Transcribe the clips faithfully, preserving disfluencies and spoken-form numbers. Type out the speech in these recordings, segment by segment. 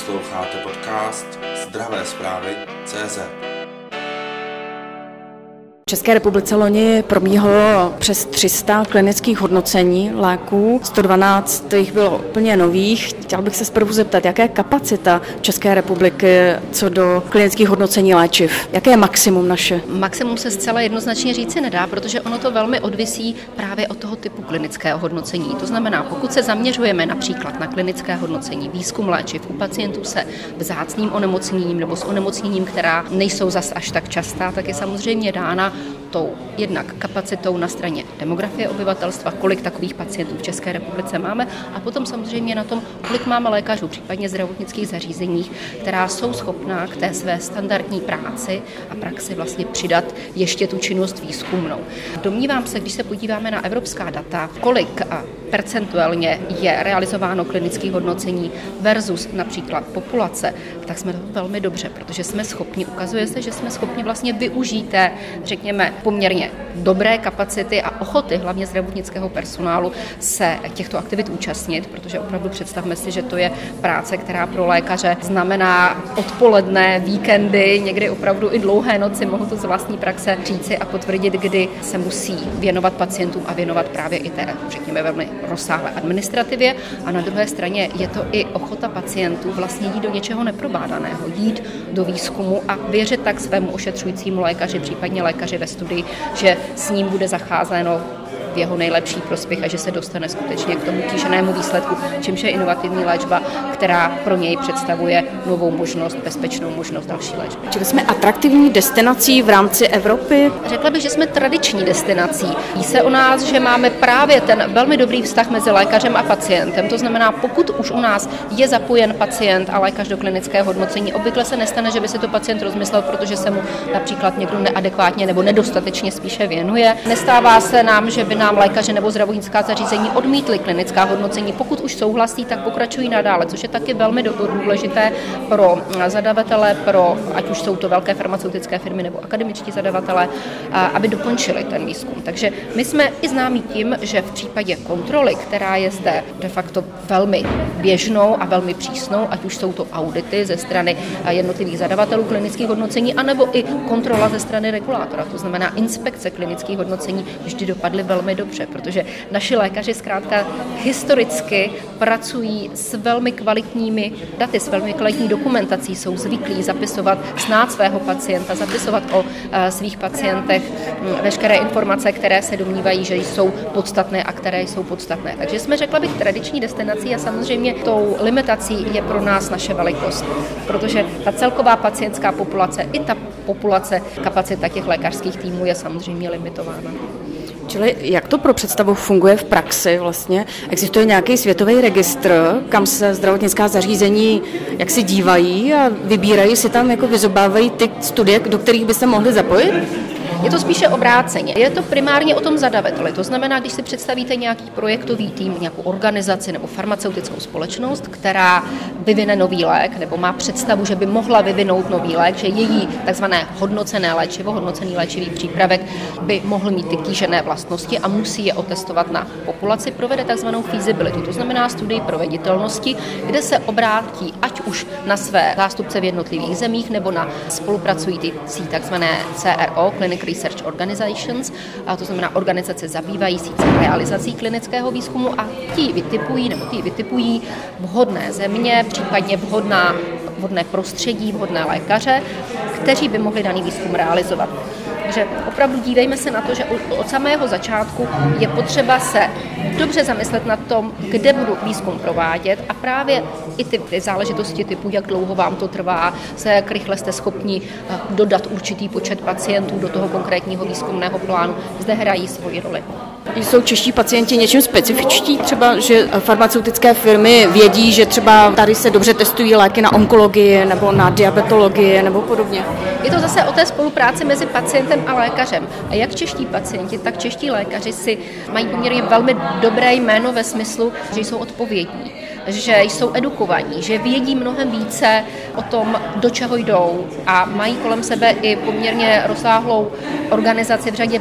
Posloucháte podcast Zdravé zprávy tečka cé zet. V České republice loni probíhalo přes tři sta klinických hodnocení léků, sto dvanáct jich bylo úplně nových. Chtěl bych se zprvu zeptat, jaká je kapacita České republiky co do klinických hodnocení léčiv? Jaké je maximum naše? Maximum se zcela jednoznačně říci nedá, protože ono to velmi odvisí právě od toho typu klinického hodnocení. To znamená, pokud se zaměřujeme například na klinické hodnocení, výzkum léčiv u pacientů se vzácným onemocněním nebo s onemocněním, která nejsou zas až tak častá, tak je samozřejmě dána tou jednak kapacitou na straně demografie obyvatelstva, kolik takových pacientů v České republice máme, a potom samozřejmě na tom, kolik máme lékařů, případně zdravotnických zařízeních, která jsou schopná k té své standardní práci a praxi vlastně přidat ještě tu činnost výzkumnou. Domnívám se, když se podíváme na evropská data, kolik a percentuálně je realizováno klinických hodnocení versus například populace, tak jsme to velmi dobře, protože jsme schopni, ukazuje se, že jsme schopni vlastně využít té, řekněme, poměrně dobré kapacity a ochoty hlavně zdravotnického personálu se těchto aktivit účastnit, protože opravdu představme si, že to je práce, která pro lékaře znamená odpoledne, víkendy, někdy opravdu i dlouhé noci, mohu to z vlastní praxe říci a potvrdit, kdy se musí věnovat pacientům a věnovat právě i té, řekněme, velmi rozsáhlé administrativě, a na druhé straně je to i ochota pacientů vlastně jít do něčeho neprobádaného, jít do výzkumu a věřit tak svému ošetřujícímu lékaři, případně lékaři ve studii, že s ním bude zacházeno v jeho nejlepší prospěch a že se dostane skutečně k tomu kýženému výsledku, čímž je inovativní léčba, která pro něj představuje novou možnost, bezpečnou možnost další léčby. Čili jsme atraktivní destinací v rámci Evropy? Řekla bych, že jsme tradiční destinací. Ví se o nás, že máme právě ten velmi dobrý vztah mezi lékařem a pacientem. To znamená, pokud už u nás je zapojen pacient a lékař do klinického hodnocení, obvykle se nestane, že by si to pacient rozmyslel, protože se mu například někdo neadekvátně nebo nedostatečně spíše věnuje. Nestává se nám, že by nám lékaři nebo zdravotnická zařízení odmítli klinická hodnocení. Pokud už souhlasí, tak pokračují nadále, což je taky velmi důležité pro zadavatele, pro ať už jsou to velké farmaceutické firmy nebo akademičtí zadavatelé, aby dokončili ten výzkum. Takže my jsme i známí tím, že v případě kontroly, která je zde de facto velmi běžnou a velmi přísnou, ať už jsou to audity ze strany jednotlivých zadavatelů klinických hodnocení, anebo i kontrola ze strany regulátora, to znamená inspekce klinických hodnocení, vždy dopadly velmi dobře, protože naši lékaři zkrátka historicky pracují s velmi kvalitními daty, s velmi kvalitní dokumentací, jsou zvyklí zapisovat snad svého pacienta, zapisovat o svých pacientech veškeré informace, které se domnívají, že jsou podstatné a které jsou podstatné. Takže jsme, řekla bych, tradiční destinací a samozřejmě tou limitací je pro nás naše velikost, protože ta celková pacientská populace i ta populace, kapacita těch lékařských týmů je samozřejmě limitována. Čili jak to pro představu funguje v praxi vlastně? Existuje nějaký světový registr, kam se zdravotnická zařízení jak si dívají a vybírají si tam, jako vyzobávají ty studie, do kterých by se mohli zapojit? Je to spíše obráceně. Je to primárně o tom zadavateli. To znamená, když si představíte nějaký projektový tým, nějakou organizaci nebo farmaceutickou společnost, která vyvine nový lék nebo má představu, že by mohla vyvinout nový lék, že její takzvané hodnocené léčivo, hodnocený léčivý přípravek by mohl mít ty kýžené vlastnosti a musí je otestovat na populaci, provede takzvanou feasibility, to znamená studii proveditelnosti, kde se obrátí ať už na své zástupce v jednotlivých zemích nebo na spolupracující takzvané C R O, Clinic Research Organizations, a to znamená organizace zabývající se realizací klinického výzkumu, a ti vytipují nebo ti vytipují vhodné země, případně vhodná, vhodné prostředí, vhodné lékaře, kteří by mohli daný výzkum realizovat. Takže opravdu dívejme se na to, že od samého začátku je potřeba se dobře zamyslet nad tom, kde budu výzkum provádět, a právě i ty, ty záležitosti typu, jak dlouho vám to trvá, se jak rychle jste schopni dodat určitý počet pacientů do toho konkrétního výzkumného plánu, zde hrají svoji roli. Jsou čeští pacienti něčím specifičtí, třeba, že farmaceutické firmy vědí, že třeba tady se dobře testují léky na onkologii nebo na diabetologii nebo podobně? Je to zase o té spolupráci mezi pacientem a lékařem. A jak čeští pacienti, tak čeští lékaři si mají poměrně velmi dobré jméno ve smyslu, že jsou odpovědní, že jsou edukovaní, že vědí mnohem více o tom, do čeho jdou, a mají kolem sebe i poměrně rozsáhlou organizaci v řadě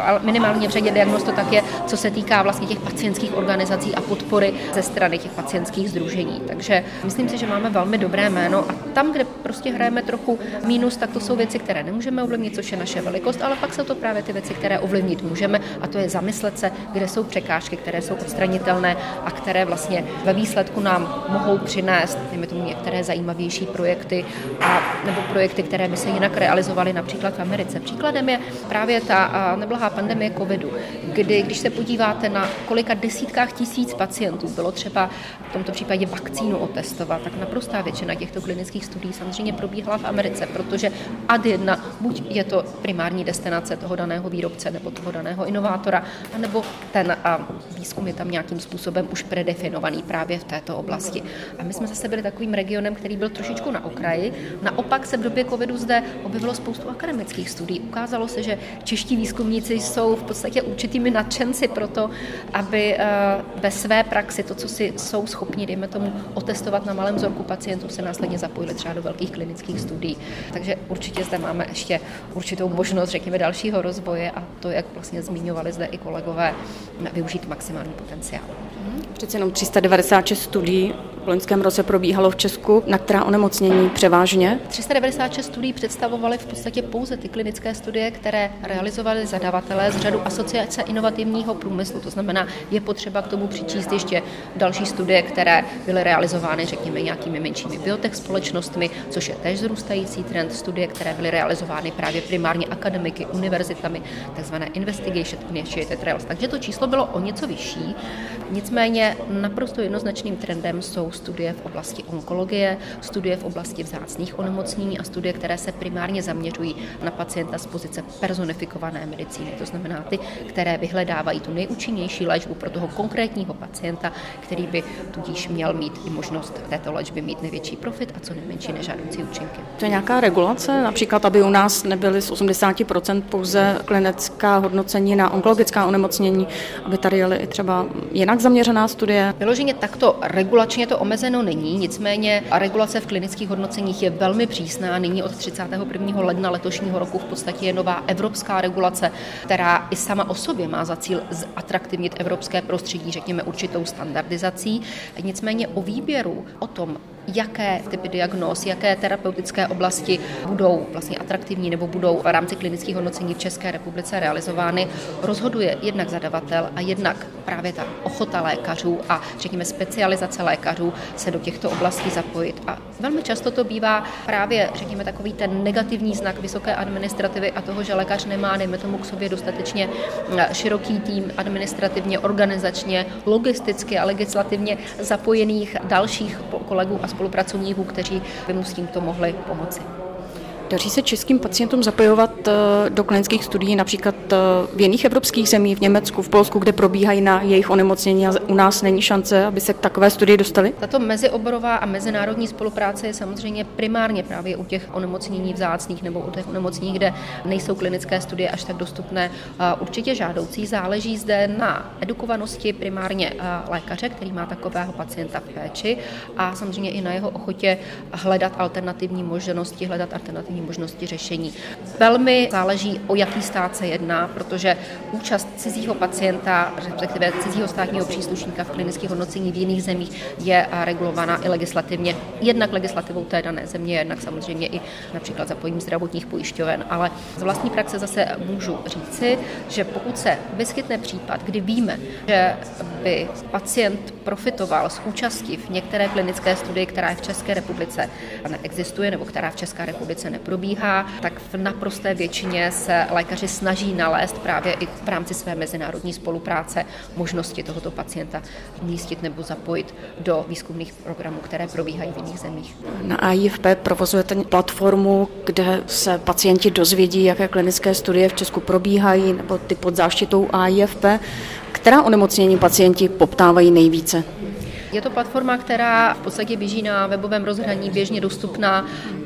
ale minimálně v řadě diagnóz to tak je, co se týká vlastně těch pacientských organizací a podpory ze strany těch pacientských sdružení. Takže myslím si, že máme velmi dobré jméno a tam, kde prostě hrajeme trochu mínus, tak to jsou věci, které nemůžeme ovlivnit, což je naše velikost, ale pak jsou to právě ty věci, které ovlivnit můžeme, a to je zamyslet se, kde jsou překážky, které jsou odstranitelné a které vlastně ve výsledku nám mohou přinést, dejme tomu, některé zajímavější projekty a nebo projekty, které by se jinak realizovaly například v Americe. Příkladem je právě ta neblahá pandemie covidu, kdy, když se podíváte na kolika desítkách tisíc pacientů bylo třeba v tomto případě vakcínu otestovat, tak naprostá většina těchto klinických studií samozřejmě probíhala v Americe, protože ad jedna, buď je to primární destinace toho daného výrobce nebo toho daného inovátora, anebo ten a, výzkum je tam nějakým způsobem už predefinovaný právě v této oblasti. A my jsme zase byli takovým regionem, který byl trošičku na okraji. Naopak se v době covidu zde objevilo spoustu akademických studií. Ukázalo se, že čeští výzkumníci jsou v podstatě určitými nadšenci pro to, aby ve své praxi to, co si jsou schopni, dejme tomu, otestovat na malém vzorku pacientů, se následně zapojili třeba do velkých klinických studií. Takže určitě zde máme ještě určitou možnost, řekněme, dalšího rozvoje a to, jak vlastně zmiňovali zde i kolegové, využít maximální potenciál. Přece jenom tři sta devadesát šest studií v loňském roce probíhalo v Česku, na která onemocnění převážně? tři sta devadesát šest studií představovaly v podstatě pouze ty klinické studie, které realizovali zadavatelé z řadu asociace inovativního průmyslu. To znamená, je potřeba k tomu přičíst ještě další studie, které byly realizovány, řekněme, nějakými menšími biotech společnostmi, což je též zrůstající trend, studie, které byly realizovány právě primárně akademiky, univerzitami, takzvané investigation initiated trials. Takže to číslo bylo o něco vyšší. Nicméně naprosto jednoznačným trendem jsou studie v oblasti onkologie, studie v oblasti vzácných onemocnění a studie, které se primárně zaměřují na pacienta z pozice personifikované medicíny. To znamená ty, které vyhledávají tu nejúčinnější léčbu pro toho konkrétního pacienta, který by tudíž měl mít i možnost této léčby mít největší profit a co nejmenší nežádoucí účinky. To je nějaká regulace, například, aby u nás nebyly z osmdesát procent pouze klinická hodnocení na onkologická onemocnění, aby tady jeli i třeba jinak zaměřená studie? Vyloženě takto regulačně to omezeno není, nicméně regulace v klinických hodnoceních je velmi přísná. Nyní od třicátého prvního ledna letošního roku v podstatě je nová evropská regulace, která i sama o sobě má za cíl zatraktivnit evropské prostředí, řekněme, určitou standardizací. Nicméně o výběru, o tom, jaké typy diagnóz, jaké terapeutické oblasti budou vlastně atraktivní nebo budou v rámci klinických hodnocení v České republice realizovány, rozhoduje jednak zadavatel a jednak právě ta ochota lékařů a řekněme specializace lékařů se do těchto oblastí zapojit. A velmi často to bývá právě, řekněme, takový ten negativní znak vysoké administrativy a toho, že lékař nemá, dejme tomu, k sobě dostatečně široký tým administrativně, organizačně, logisticky a legislativně zapojených dalších kolegů a spolupracovníků, kteří by mu s tímto mohli pomoci. Daří se českým pacientům zapojovat do klinických studií například v jiných evropských zemích, v Německu, v Polsku, kde probíhají na jejich onemocnění a u nás není šance, aby se k takové studii dostali? Tato mezioborová a mezinárodní spolupráce je samozřejmě primárně právě u těch onemocnění vzácných nebo u těch onemocnění, kde nejsou klinické studie až tak dostupné, určitě žádoucí. Záleží zde na edukovanosti primárně lékaře, který má takového pacienta v péči, a samozřejmě i na jeho ochotě hledat alternativní možnosti, hledat alternativní možnosti řešení. Velmi záleží, o jaký stát se jedná, protože účast cizího pacienta, respektive cizího státního příslušníka v klinických hodnocení v jiných zemích je regulovaná i legislativně. Jednak legislativou té dané země, jednak samozřejmě i například zapojením zdravotních pojišťoven, ale z vlastní praxe zase můžu říci, že pokud se vyskytne případ, kdy víme, že by pacient profitoval z účasti v některé klinické studii, která v České republice neexistuje nebo která v České republice neprobíhá, tak v naprosté většině se lékaři snaží nalézt právě i v rámci své mezinárodní spolupráce možnosti tohoto pacienta umístit nebo zapojit do výzkumných programů, které probíhají v jiných zemích. Na A I F P provozujete platformu, kde se pacienti dozvědí, jaké klinické studie v Česku probíhají, nebo ty pod záštitou A I F P. Která onemocnění pacienti poptávají nejvíce? Je to platforma, která v podstatě běží na webovém rozhraní, běžně dostupná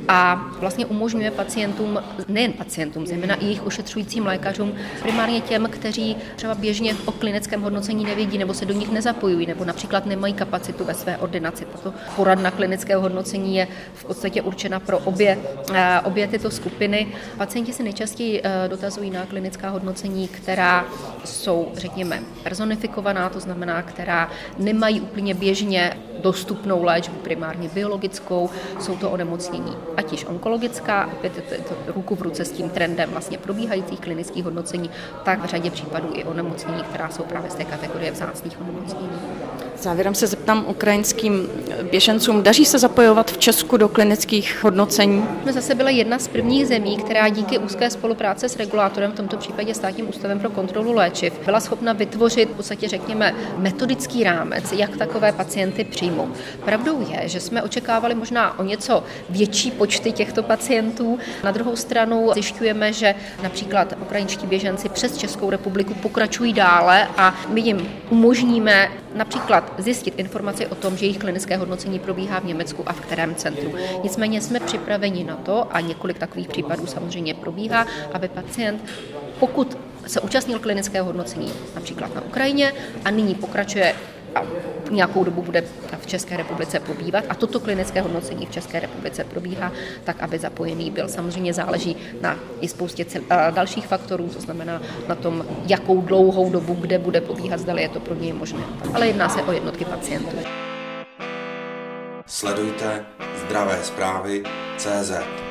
a vlastně umožňuje pacientům, nejen pacientům, zejména i jejich ošetřujícím lékařům, primárně těm, kteří třeba běžně o klinickém hodnocení nevědí nebo se do nich nezapojují, nebo například nemají kapacitu ve své ordinaci. Tato poradna klinického hodnocení je v podstatě určena pro obě, obě tyto skupiny. Pacienti se nejčastěji dotazují na klinická hodnocení, která jsou, řekněme, personifikovaná, to znamená, která nemají úplně běžně dostupnou léčbu, primárně biologickou, jsou to onemocnění, ať již onkologická, opět je to ruku v ruce s tím trendem vlastně probíhajících klinických hodnocení, tak v řadě případů i onemocnění, která jsou právě z té kategorie vzácných onemocnění. Závěrem se zeptám ukrajinským běžencům, daří se zapojovat v Česku do klinických hodnocení? My zase byla jedna z prvních zemí, která díky úzké spolupráci s regulátorem, v tomto případě Státním ústavem pro kontrolu léčiv, byla schopna vytvořit v podstatě, řekněme, metodický rámec, jak takové pacienty přijmout. Pravdou je, že jsme očekávali možná o něco větší počty těchto pacientů. Na druhou stranu zjišťujeme, že například ukrajinští běženci přes Českou republiku pokračují dále a my jim umožníme například zjistit informaci o tom, že jejich klinické hodnocení probíhá v Německu a v kterém centru. Nicméně jsme připraveni na to, a několik takových případů samozřejmě probíhá, aby pacient, pokud se účastnil klinického hodnocení například na Ukrajině a nyní pokračuje a nějakou dobu bude v České republice pobývat a toto klinické hodnocení v České republice probíhá, tak aby zapojený byl. Samozřejmě záleží na i spoustě dalších faktorů, to znamená na tom, jakou dlouhou dobu, kde bude pobíhat, zdali je to pro něj možné. Ale jedná se o jednotky pacientů. Sledujte Zdravé zprávy tečka cé zet.